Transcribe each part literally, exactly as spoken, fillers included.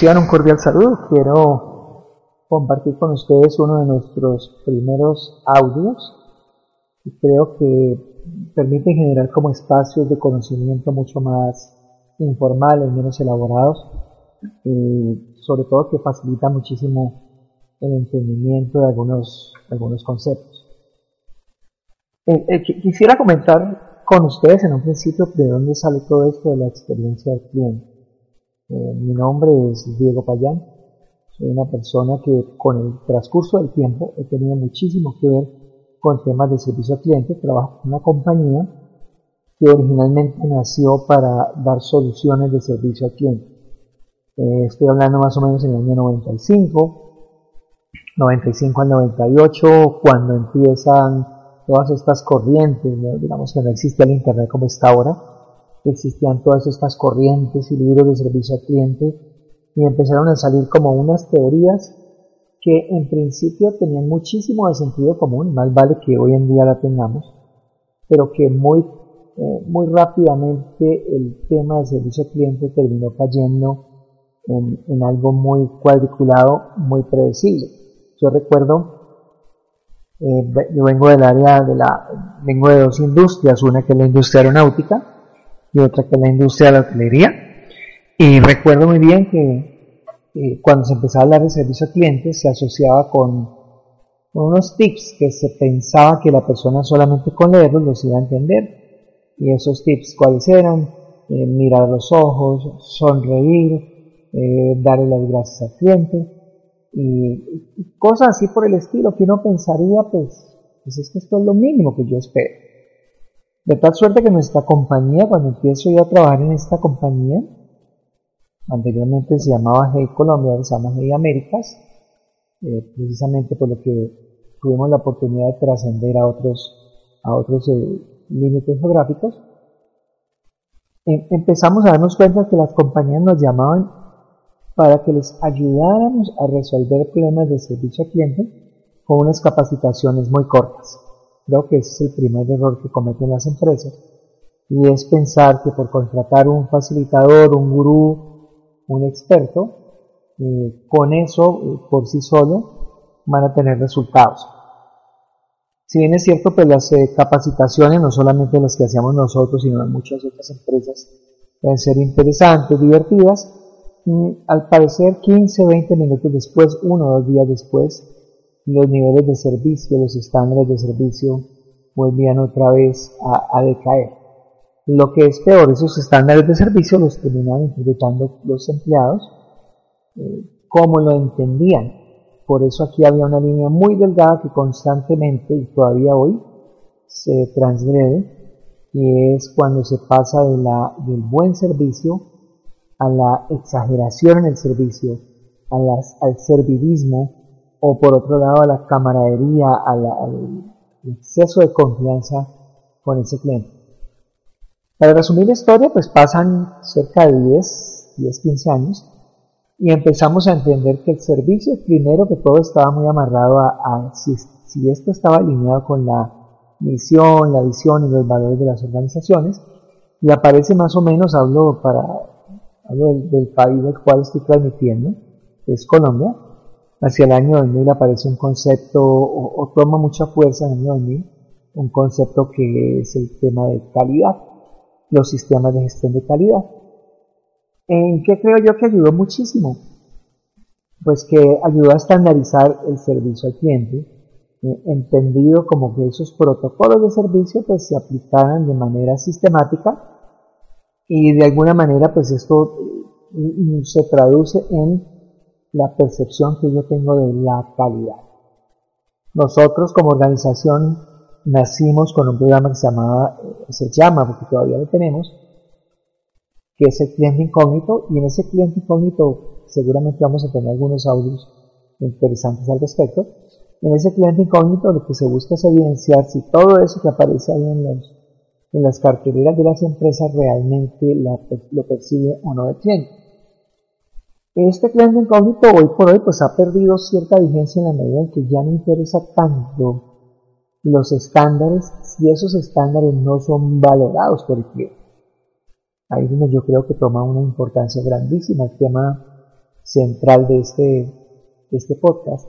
Reciban un cordial saludo. Quiero compartir con ustedes uno de nuestros primeros audios y creo que permiten generar como espacios de conocimiento mucho más informales, menos elaborados, y sobre todo que facilita muchísimo el entendimiento de algunos, algunos conceptos. Eh, eh, quisiera comentar con ustedes en un principio de dónde sale todo esto de la experiencia del cliente. Eh, mi nombre es Diego Payán, soy una persona que con el transcurso del tiempo he tenido muchísimo que ver con temas de servicio al cliente. Trabajo en una compañía que originalmente nació para dar soluciones de servicio al cliente. Eh, estoy hablando más o menos en el año noventa y cinco, noventa y cinco al noventa y ocho, cuando empiezan todas estas corrientes, ¿no? Digamos que no existía el internet como está ahora, existían todas estas corrientes y libros de servicio al cliente y empezaron a salir como unas teorías que en principio tenían muchísimo de sentido común, más vale que hoy en día la tengamos, pero que muy, eh, muy rápidamente el tema de servicio al cliente terminó cayendo en, en algo muy cuadriculado, muy predecible. Yo recuerdo, eh, yo vengo del área de la, vengo de dos industrias, una que es la industria aeronáutica y otra que es la industria de la hotelería, y recuerdo muy bien que eh, cuando se empezaba a hablar de servicio al cliente se asociaba con, con unos tips que se pensaba que la persona solamente con leerlos los iba a entender. Y esos tips, ¿cuáles eran? Eh, mirar los ojos, sonreír, eh, darle las gracias al cliente y, y cosas así por el estilo que uno pensaría, pues, pues es que esto es lo mínimo que yo espero. De tal suerte que nuestra compañía, cuando empiezo yo a trabajar en esta compañía, anteriormente se llamaba Hey Colombia, ahora se llama Hey Américas, eh, precisamente por lo que tuvimos la oportunidad de trascender a otros, a otros eh, límites geográficos, em, empezamos a darnos cuenta que las compañías nos llamaban para que les ayudáramos a resolver problemas de servicio al cliente con unas capacitaciones muy cortas. Creo que ese es el primer error que cometen las empresas, y es pensar que por contratar un facilitador, un gurú, un experto, eh, con eso eh, por sí solo van a tener resultados. Si bien es cierto, pues las eh, capacitaciones, no solamente las que hacíamos nosotros, sino en muchas otras empresas, pueden ser interesantes, divertidas, y al parecer quince, veinte minutos después, uno o dos días después, los niveles de servicio, los estándares de servicio volvían otra vez a, a decaer. Lo que es peor, esos estándares de servicio los terminaban interpretando los empleados eh, como lo entendían. Por eso aquí había una línea muy delgada que constantemente, y todavía hoy, se transgrede, y es cuando se pasa de la, del buen servicio a la exageración en el servicio, a las, al servidismo, o por otro lado a la camaradería, a la, al exceso de confianza con ese cliente. Para resumir la historia, pues pasan cerca de diez, quince años y empezamos a entender que el servicio, primero que todo, estaba muy amarrado a, a si, si esto estaba alineado con la misión, la visión y los valores de las organizaciones, y aparece más o menos, hablo, para, hablo del, del país del cual estoy transmitiendo, que es Colombia. Hacia el año dos mil aparece un concepto, o, o toma mucha fuerza en el año dos mil, un concepto que es el tema de calidad, los sistemas de gestión de calidad. ¿En qué creo yo que ayudó muchísimo? Pues que ayudó a estandarizar el servicio al cliente, eh, entendido como que esos protocolos de servicio pues se aplicaran de manera sistemática, y de alguna manera pues esto eh, se traduce en la percepción que yo tengo de la calidad. Nosotros como organización nacimos con un programa que se llamaba, se llama, porque todavía lo tenemos, que es el cliente incógnito, y en ese cliente incógnito seguramente vamos a tener algunos audios interesantes al respecto. En ese cliente incógnito lo que se busca es evidenciar si todo eso que aparece ahí en, los, en las carteleras de las empresas realmente la, lo percibe o no el cliente. Este cliente incógnito hoy por hoy pues ha perdido cierta vigencia en la medida en que ya no interesa tanto los estándares si esos estándares no son valorados por el cliente. Ahí es donde yo creo que toma una importancia grandísima el tema central de este, de este podcast,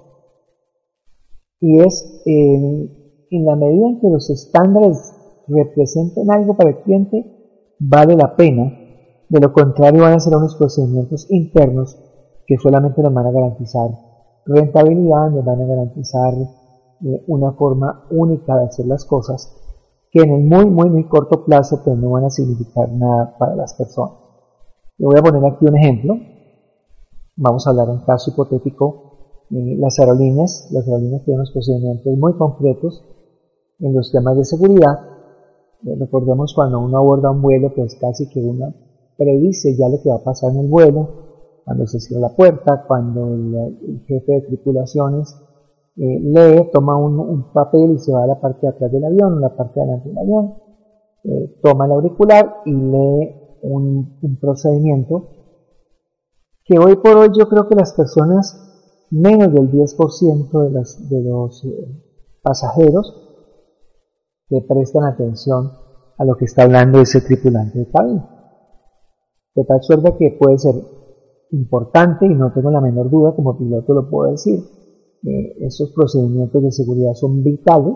y es en, en la medida en que los estándares representen algo para el cliente, vale la pena. De lo contrario, van a ser unos procedimientos internos que solamente nos van a garantizar rentabilidad, nos van a garantizar eh, una forma única de hacer las cosas, que en el muy, muy, muy corto plazo pues no van a significar nada para las personas. Le voy a poner aquí un ejemplo. Vamos a hablar en caso hipotético. Eh, las aerolíneas, las aerolíneas tienen unos procedimientos muy concretos en los temas de seguridad. Eh, recordemos cuando uno aborda un vuelo, pues casi que uno predice ya lo que va a pasar en el vuelo, cuando se cierra la puerta, cuando el, el jefe de tripulaciones eh, lee, toma un, un papel y se va a la parte de atrás del avión, o la parte de adelante del avión, eh, toma el auricular y lee un, un procedimiento que hoy por hoy yo creo que las personas, menos del diez por ciento de, las, de los eh, pasajeros, le prestan atención a lo que está hablando ese tripulante de cabina. De tal suerte que puede ser importante, y no tengo la menor duda, como piloto lo puedo decir, eh, esos procedimientos de seguridad son vitales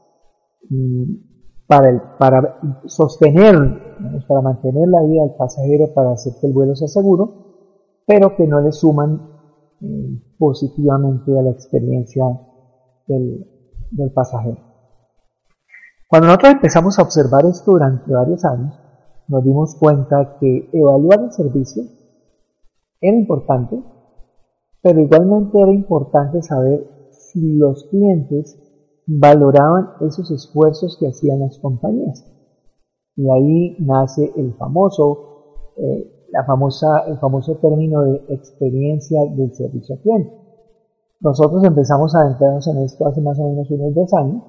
y para, el, para sostener, para mantener la vida del pasajero, para hacer que el vuelo sea seguro, pero que no le suman eh, positivamente a la experiencia del, del pasajero. Cuando nosotros empezamos a observar esto durante varios años, nos dimos cuenta que evaluar el servicio era importante, pero igualmente era importante saber si los clientes valoraban esos esfuerzos que hacían las compañías. Y ahí nace el famoso, eh, la famosa, el famoso término de experiencia del servicio al cliente. Nosotros empezamos a adentrarnos en esto hace más o menos unos dos años,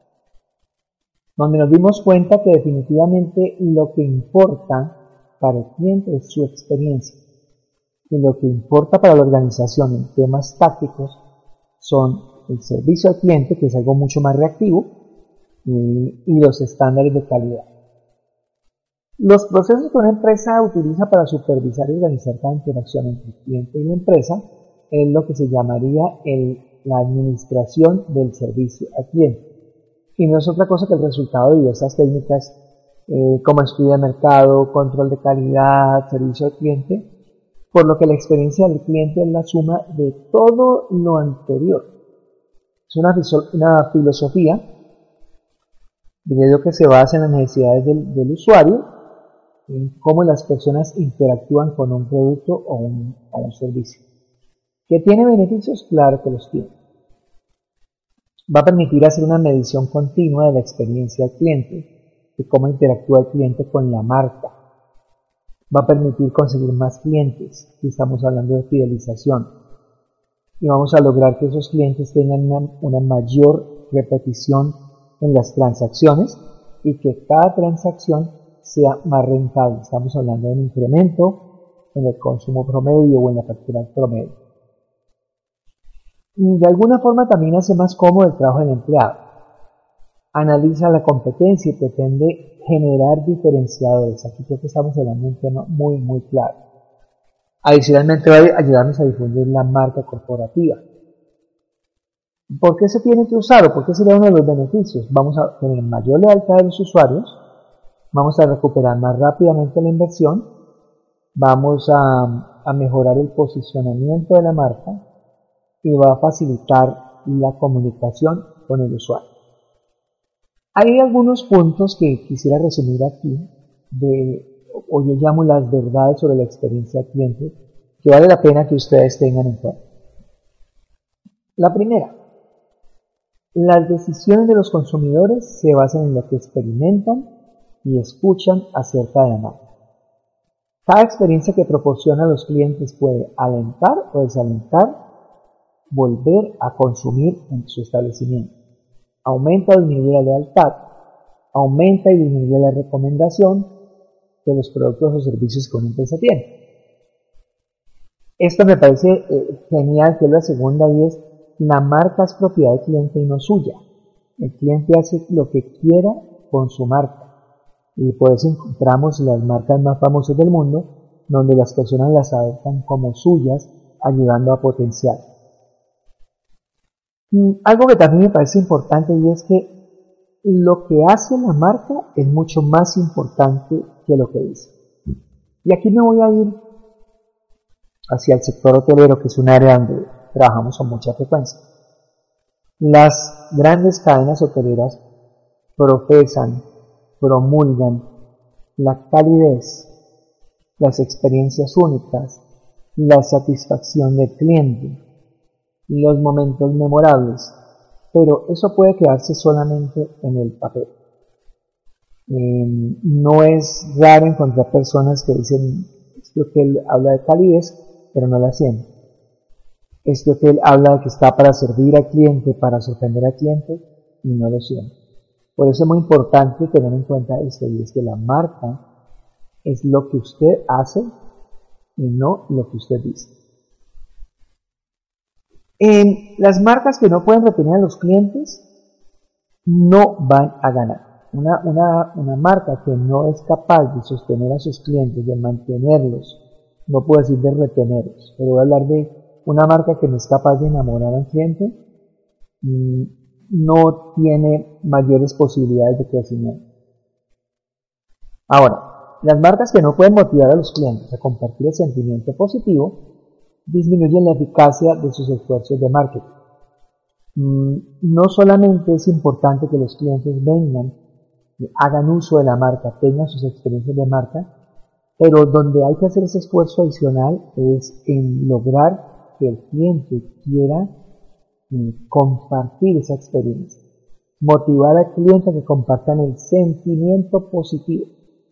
donde nos dimos cuenta que definitivamente lo que importa para el cliente es su experiencia, y lo que importa para la organización en temas tácticos son el servicio al cliente, que es algo mucho más reactivo, y, y los estándares de calidad. Los procesos que una empresa utiliza para supervisar y organizar cada interacción entre el cliente y la empresa es lo que se llamaría el, la administración del servicio al cliente. Y no es otra cosa que el resultado de diversas técnicas eh, como estudio de mercado, control de calidad, servicio al cliente, por lo que la experiencia del cliente es la suma de todo lo anterior. Es una, una filosofía, diría yo, que se basa en las necesidades del, del usuario, en cómo las personas interactúan con un producto o un, o un servicio. ¿Que tiene beneficios? Claro que los tiene. Va a permitir hacer una medición continua de la experiencia del cliente, de cómo interactúa el cliente con la marca. Va a permitir conseguir más clientes, si estamos hablando de fidelización. Y vamos a lograr que esos clientes tengan una, una mayor repetición en las transacciones y que cada transacción sea más rentable. Estamos hablando de un incremento en el consumo promedio o en la factura promedio. Y de alguna forma también hace más cómodo el trabajo del empleado. Analiza la competencia y pretende generar diferenciadores. Aquí creo que estamos hablando de un tema muy, muy claro. Adicionalmente va a ayudarnos a difundir la marca corporativa. ¿Por qué se tiene que usar o por qué sería uno de los beneficios? Vamos a tener mayor lealtad de los usuarios, vamos a recuperar más rápidamente la inversión, vamos a, a mejorar el posicionamiento de la marca y va a facilitar la comunicación con el usuario. Hay algunos puntos que quisiera resumir aquí, de, o yo llamo las verdades sobre la experiencia del cliente, que vale la pena que ustedes tengan en cuenta. La primera, las decisiones de los consumidores se basan en lo que experimentan y escuchan acerca de la marca. Cada experiencia que proporciona a los clientes puede alentar o desalentar volver a consumir en su establecimiento. Aumenta o disminuye la lealtad, aumenta y disminuye la recomendación de los productos o servicios que una empresa tiene. Esto me parece eh, genial, que es la segunda, y es: la marca es propiedad del cliente y no suya. El cliente hace lo que quiera con su marca. Y por eso encontramos las marcas más famosas del mundo, donde las personas las adoptan como suyas, ayudando a potenciar. Y algo que también me parece importante y es que lo que hace la marca es mucho más importante que lo que dice. Y aquí me voy a ir hacia el sector hotelero, que es un área donde trabajamos con mucha frecuencia. Las grandes cadenas hoteleras profesan, promulgan la calidez, las experiencias únicas, la satisfacción del cliente, los momentos memorables, pero eso puede quedarse solamente en el papel. Eh, no es raro encontrar personas que dicen, este hotel habla de calidez, pero no la siente. Este hotel habla de que está para servir al cliente, para sorprender al cliente, y no lo siente. Por eso es muy importante tener en cuenta esto, y es que la marca es lo que usted hace y no lo que usted dice. En las marcas que no pueden retener a los clientes no van a ganar. Una, una, una marca que no es capaz de sostener a sus clientes, de mantenerlos, no puedo decir de retenerlos, pero voy a hablar de una marca que no es capaz de enamorar al cliente, no tiene mayores posibilidades de crecimiento. Ahora, las marcas que no pueden motivar a los clientes a compartir el sentimiento positivo disminuyen la eficacia de sus esfuerzos de marketing. No solamente es importante que los clientes vengan, hagan uso de la marca, tengan sus experiencias de marca, pero donde hay que hacer ese esfuerzo adicional es en lograr que el cliente quiera compartir esa experiencia, motivar al cliente a que compartan el sentimiento positivo.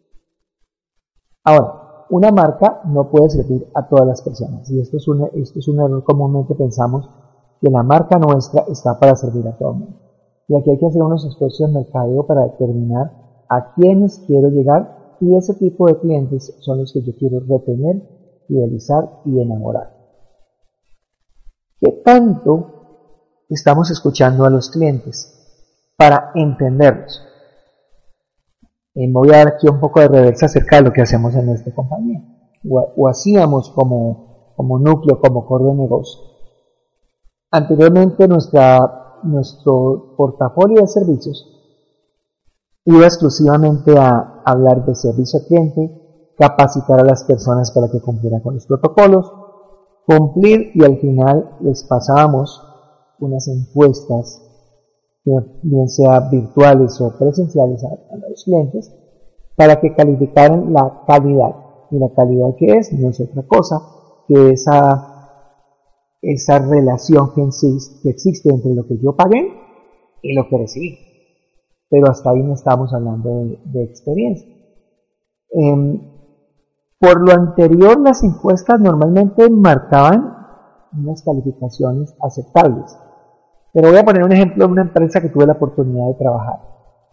Ahora, una marca no puede servir a todas las personas, y esto es un, esto es un error. Comúnmente pensamos que la marca nuestra está para servir a todo el mundo. Y aquí hay que hacer unos esfuerzos de mercadeo para determinar a quiénes quiero llegar, y ese tipo de clientes son los que yo quiero retener, fidelizar y enamorar. ¿Qué tanto estamos escuchando a los clientes para entenderlos? Eh, me voy a dar aquí un poco de reversa acerca de lo que hacemos en nuestra compañía, o, o hacíamos como, como núcleo, como core de negocio. Anteriormente nuestra, nuestro portafolio de servicios iba exclusivamente a hablar de servicio al cliente, capacitar a las personas para que cumplieran con los protocolos, cumplir, y al final les pasábamos unas encuestas, bien sea virtuales o presenciales, a, a los clientes, para que calificaran la calidad. Y la calidad que es, no es otra cosa que esa, esa relación que, existe, que existe entre lo que yo pagué y lo que recibí. Pero hasta ahí no estamos hablando de, de experiencia. Eh, por lo anterior, las encuestas normalmente marcaban unas calificaciones aceptables. Pero voy a poner un ejemplo de una empresa que tuve la oportunidad de trabajar.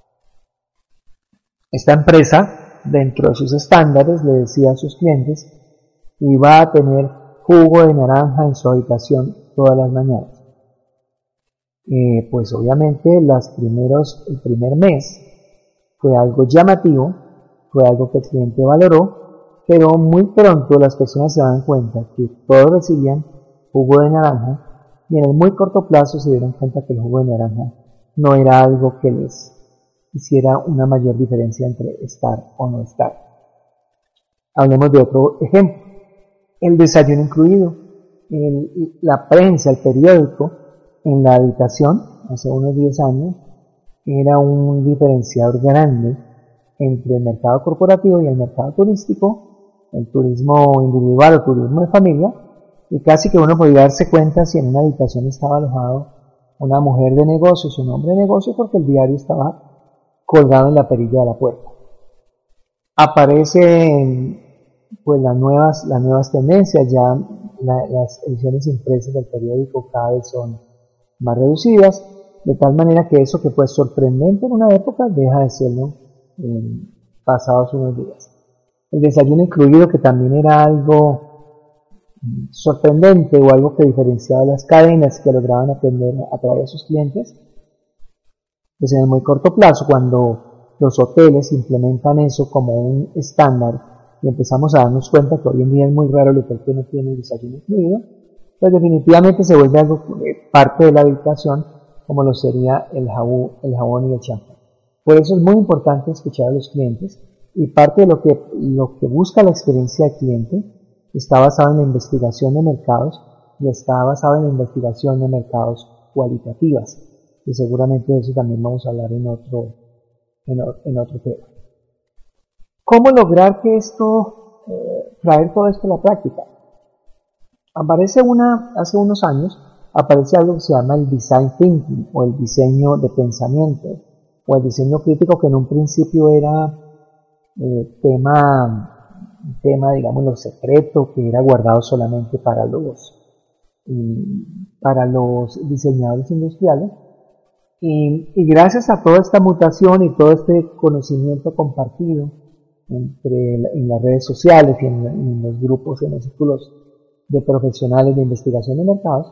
Esta empresa, dentro de sus estándares, le decía a sus clientes que iba a tener jugo de naranja en su habitación todas las mañanas. Eh, pues obviamente los primeros, el primer mes fue algo llamativo, fue algo que el cliente valoró, pero muy pronto las personas se dan cuenta que todos recibían jugo de naranja, y en el muy corto plazo se dieron cuenta que el jugo de naranja no era algo que les hiciera una mayor diferencia entre estar o no estar. Hablemos de otro ejemplo, el desayuno incluido. El, la prensa, el periódico en la habitación, hace unos diez años, era un diferenciador grande entre el mercado corporativo y el mercado turístico, el turismo individual o turismo de familia, y casi que uno podía darse cuenta si en una habitación estaba alojado una mujer de negocios o un hombre de negocios, porque el diario estaba colgado en la perilla de la puerta. Aparecen pues las nuevas, las nuevas tendencias, ya la, las ediciones impresas del periódico cada vez son más reducidas, de tal manera que eso que fue sorprendente en una época deja de serlo en pasados unos días. El desayuno incluido, que también era algo sorprendente o algo que diferenciaba las cadenas que lograban atender a través de sus clientes, pues en el muy corto plazo, cuando los hoteles implementan eso como un estándar y empezamos a darnos cuenta que hoy en día es muy raro el hotel que no tiene el desayuno incluido, pues definitivamente se vuelve algo eh, parte de la habitación, como lo sería el jabón, el jabón y el champú. Por eso es muy importante escuchar a los clientes, y parte de lo que, lo que busca la experiencia del cliente está basado en la investigación de mercados y está basado en la investigación de mercados cualitativas, y seguramente de eso también vamos a hablar en otro, en, en otro tema. ¿Cómo lograr que esto, eh, traer todo esto a la práctica? Aparece una, hace unos años, aparece algo que se llama el design thinking, o el diseño de pensamiento, o el diseño crítico, que en un principio era eh, tema, tema, digamos, secreto, que era guardado solamente para los, eh, para los diseñadores industriales. Y, y gracias a toda esta mutación y todo este conocimiento compartido entre en las redes sociales y en, en los grupos, en los círculos de profesionales de investigación de mercados,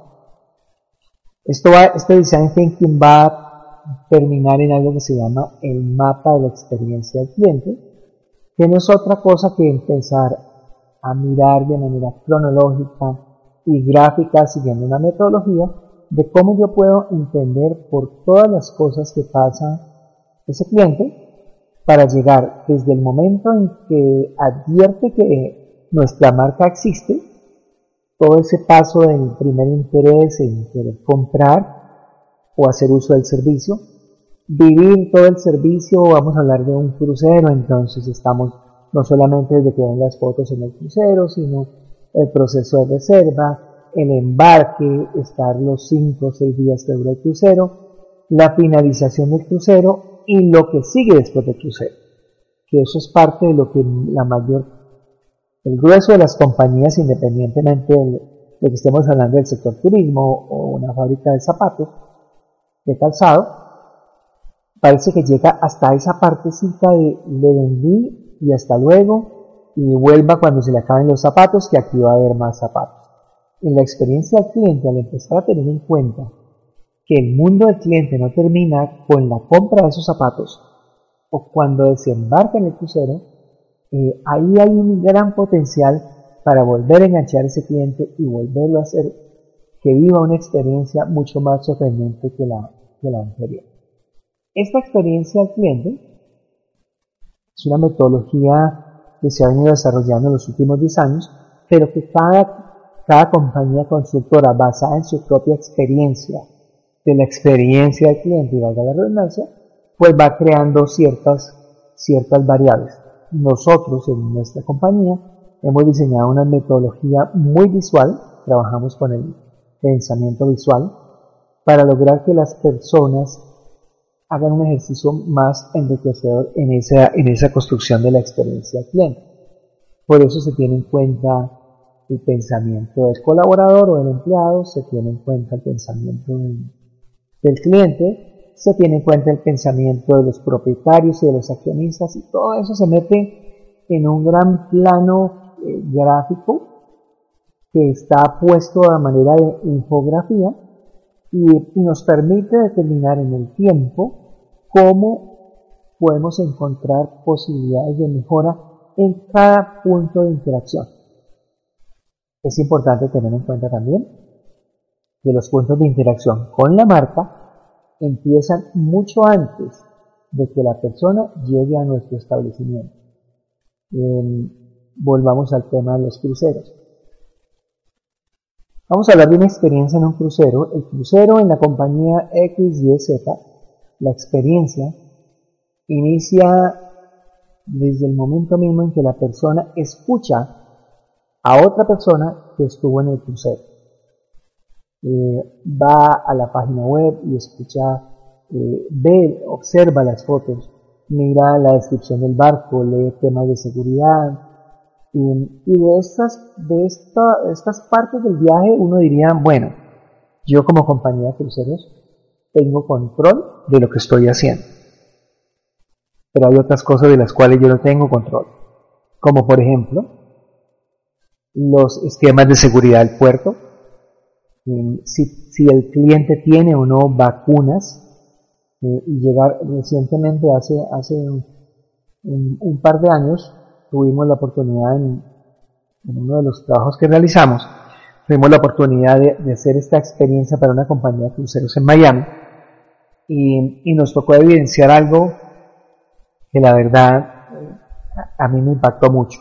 esto va, este design thinking va a terminar en algo que se llama el mapa de la experiencia del cliente, que no es otra cosa que empezar a mirar de manera cronológica y gráfica, siguiendo una metodología, de cómo yo puedo entender por todas las cosas que pasa ese cliente, para llegar desde el momento en que advierte que nuestra marca existe, todo ese paso del primer interés en querer comprar o hacer uso del servicio, vivir todo el servicio. Vamos a hablar de un crucero, entonces estamos no solamente desde que ven las fotos en el crucero, sino el proceso de reserva, el embarque, estar los cinco o seis días que dura el crucero, la finalización del crucero y lo que sigue después del crucero, que eso es parte de lo que la mayor, el grueso de las compañías, independientemente de, de que estemos hablando del sector turismo o una fábrica de zapatos, de calzado, parece que llega hasta esa partecita de le vendí y hasta luego, y vuelva cuando se le acaben los zapatos, que aquí va a haber más zapatos. En la experiencia del cliente, al empezar a tener en cuenta que el mundo del cliente no termina con la compra de esos zapatos o cuando desembarca en el crucero, eh, ahí hay un gran potencial para volver a enganchar a ese cliente y volverlo a hacer que viva una experiencia mucho más sorprendente que la, que la anterior. Esta experiencia del cliente es una metodología que se ha venido desarrollando en los últimos diez años, pero que cada, cada compañía consultora, basada en su propia experiencia, de la experiencia del cliente, y valga la redundancia, pues va creando ciertas, ciertas variables. Nosotros en nuestra compañía hemos diseñado una metodología muy visual, trabajamos con el pensamiento visual, para lograr que las personas hagan un ejercicio más enriquecedor en esa, en esa construcción de la experiencia del cliente. Por eso se tiene en cuenta el pensamiento del colaborador o del empleado, se tiene en cuenta el pensamiento del del cliente, se tiene en cuenta el pensamiento de los propietarios y de los accionistas, y todo eso se mete en un gran plano eh, gráfico que está puesto a manera de infografía y, y nos permite determinar en el tiempo cómo podemos encontrar posibilidades de mejora en cada punto de interacción. Es importante tener en cuenta también que los puntos de interacción con la marca empiezan mucho antes de que la persona llegue a nuestro establecimiento. Eh, volvamos al tema de los cruceros. Vamos a hablar de una experiencia en un crucero. El crucero en la compañía X Y Z, la experiencia inicia desde el momento mismo en que la persona escucha a otra persona que estuvo en el crucero. Eh, va a la página web y escucha, eh, ve, observa las fotos, mira la descripción del barco, lee temas de seguridad, y, y de estas, de esta, estas partes del viaje uno diría, bueno, yo como compañía de cruceros tengo control de lo que estoy haciendo, pero hay otras cosas de las cuales yo no tengo control, como por ejemplo los esquemas de seguridad del puerto. Si, si el cliente tiene o no vacunas, eh, y llegar recientemente, hace, hace un, un, un par de años, tuvimos la oportunidad en, en uno de los trabajos que realizamos tuvimos la oportunidad de, de hacer esta experiencia para una compañía de cruceros en Miami y, y nos tocó evidenciar algo que la verdad a, a mí me impactó mucho.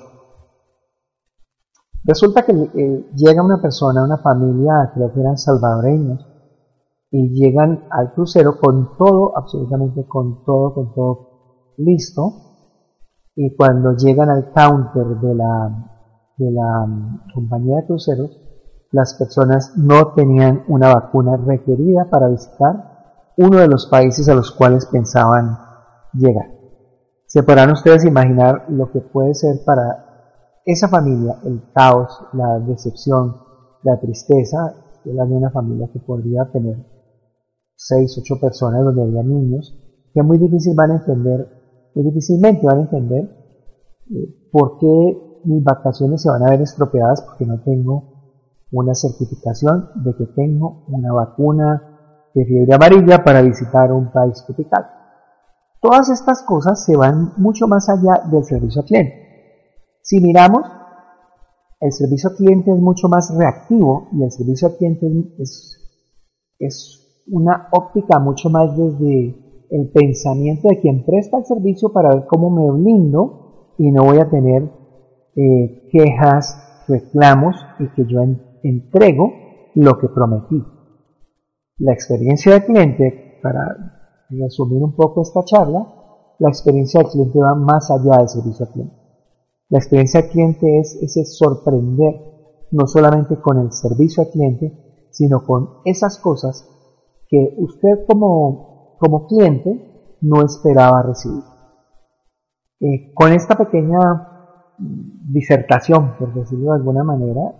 Resulta que eh, llega una persona, una familia, creo que eran salvadoreños, y llegan al crucero con todo, absolutamente con todo, con todo listo, y cuando llegan al counter de la, de la um, compañía de cruceros, las personas no tenían una vacuna requerida para visitar uno de los países a los cuales pensaban llegar. Se podrán ustedes imaginar lo que puede ser para esa familia el caos, la decepción, la tristeza de una familia que podría tener seis, ocho personas donde había niños, que muy difícil van a entender, muy difícilmente van a entender eh, por qué mis vacaciones se van a ver estropeadas porque no tengo una certificación de que tengo una vacuna de fiebre amarilla para visitar un país tropical. Todas estas cosas se van mucho más allá del servicio al cliente. Si miramos, el servicio al cliente es mucho más reactivo y el servicio al cliente es, es una óptica mucho más desde el pensamiento de quien presta el servicio para ver cómo me blindo y no voy a tener eh, quejas, reclamos y que yo en, entrego lo que prometí. La experiencia del cliente, para resumir un poco esta charla, la experiencia del cliente va más allá del servicio al cliente. La experiencia del cliente es ese sorprender, no solamente con el servicio al cliente, sino con esas cosas que usted como, como cliente no esperaba recibir. Eh, con esta pequeña disertación, por decirlo de alguna manera,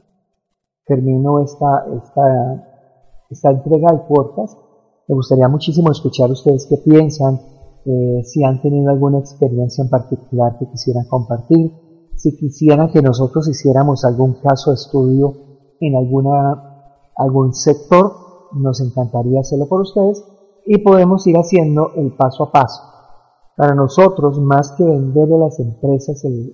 termino esta, esta, esta entrega del podcast. Me gustaría muchísimo escuchar ustedes qué piensan, eh, si han tenido alguna experiencia en particular que quisieran compartir, si quisieran que nosotros hiciéramos algún caso de estudio en alguna, algún sector, nos encantaría hacerlo por ustedes y podemos ir haciendo el paso a paso. Para nosotros, más que venderle a las empresas el,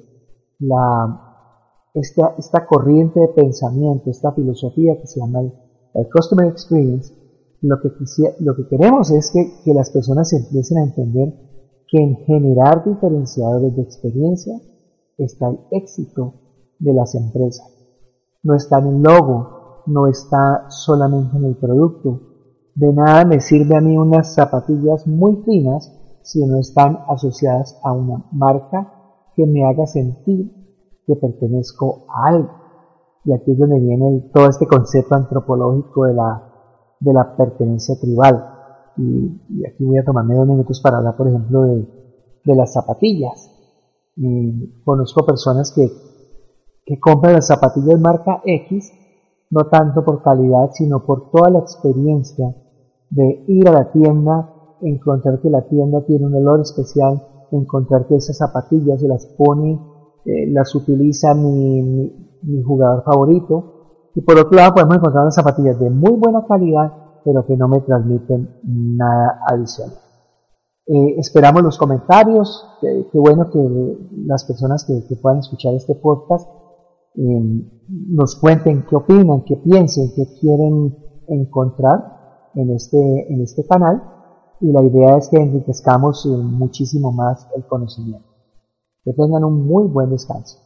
la, esta, esta corriente de pensamiento, esta filosofía que se llama el, el Customer Experience, lo que, quisiera, lo que queremos es que, que las personas empiecen a entender que en generar diferenciadores de experiencia está el éxito de las empresas. No está en el logo, no está solamente en el producto. De nada me sirve a mí unas zapatillas muy finas si no están asociadas a una marca que me haga sentir que pertenezco a algo. Y aquí es donde viene el, todo este concepto antropológico de la, de la pertenencia tribal. Y, y aquí voy a tomarme dos minutos para hablar, por ejemplo, de, de las zapatillas. Y conozco personas que, que compran las zapatillas marca X, no tanto por calidad, sino por toda la experiencia de ir a la tienda, encontrar que la tienda tiene un olor especial, encontrar que esas zapatillas se las pone, eh, las utiliza mi, mi, mi jugador favorito. Y por otro lado podemos encontrar las zapatillas de muy buena calidad, pero que no me transmiten nada adicional. Eh, esperamos los comentarios, qué que bueno que las personas que, que puedan escuchar este podcast eh, nos cuenten qué opinan, qué piensen, qué quieren encontrar en este, en este canal, y la idea es que enriquezcamos muchísimo más el conocimiento. Que tengan un muy buen descanso.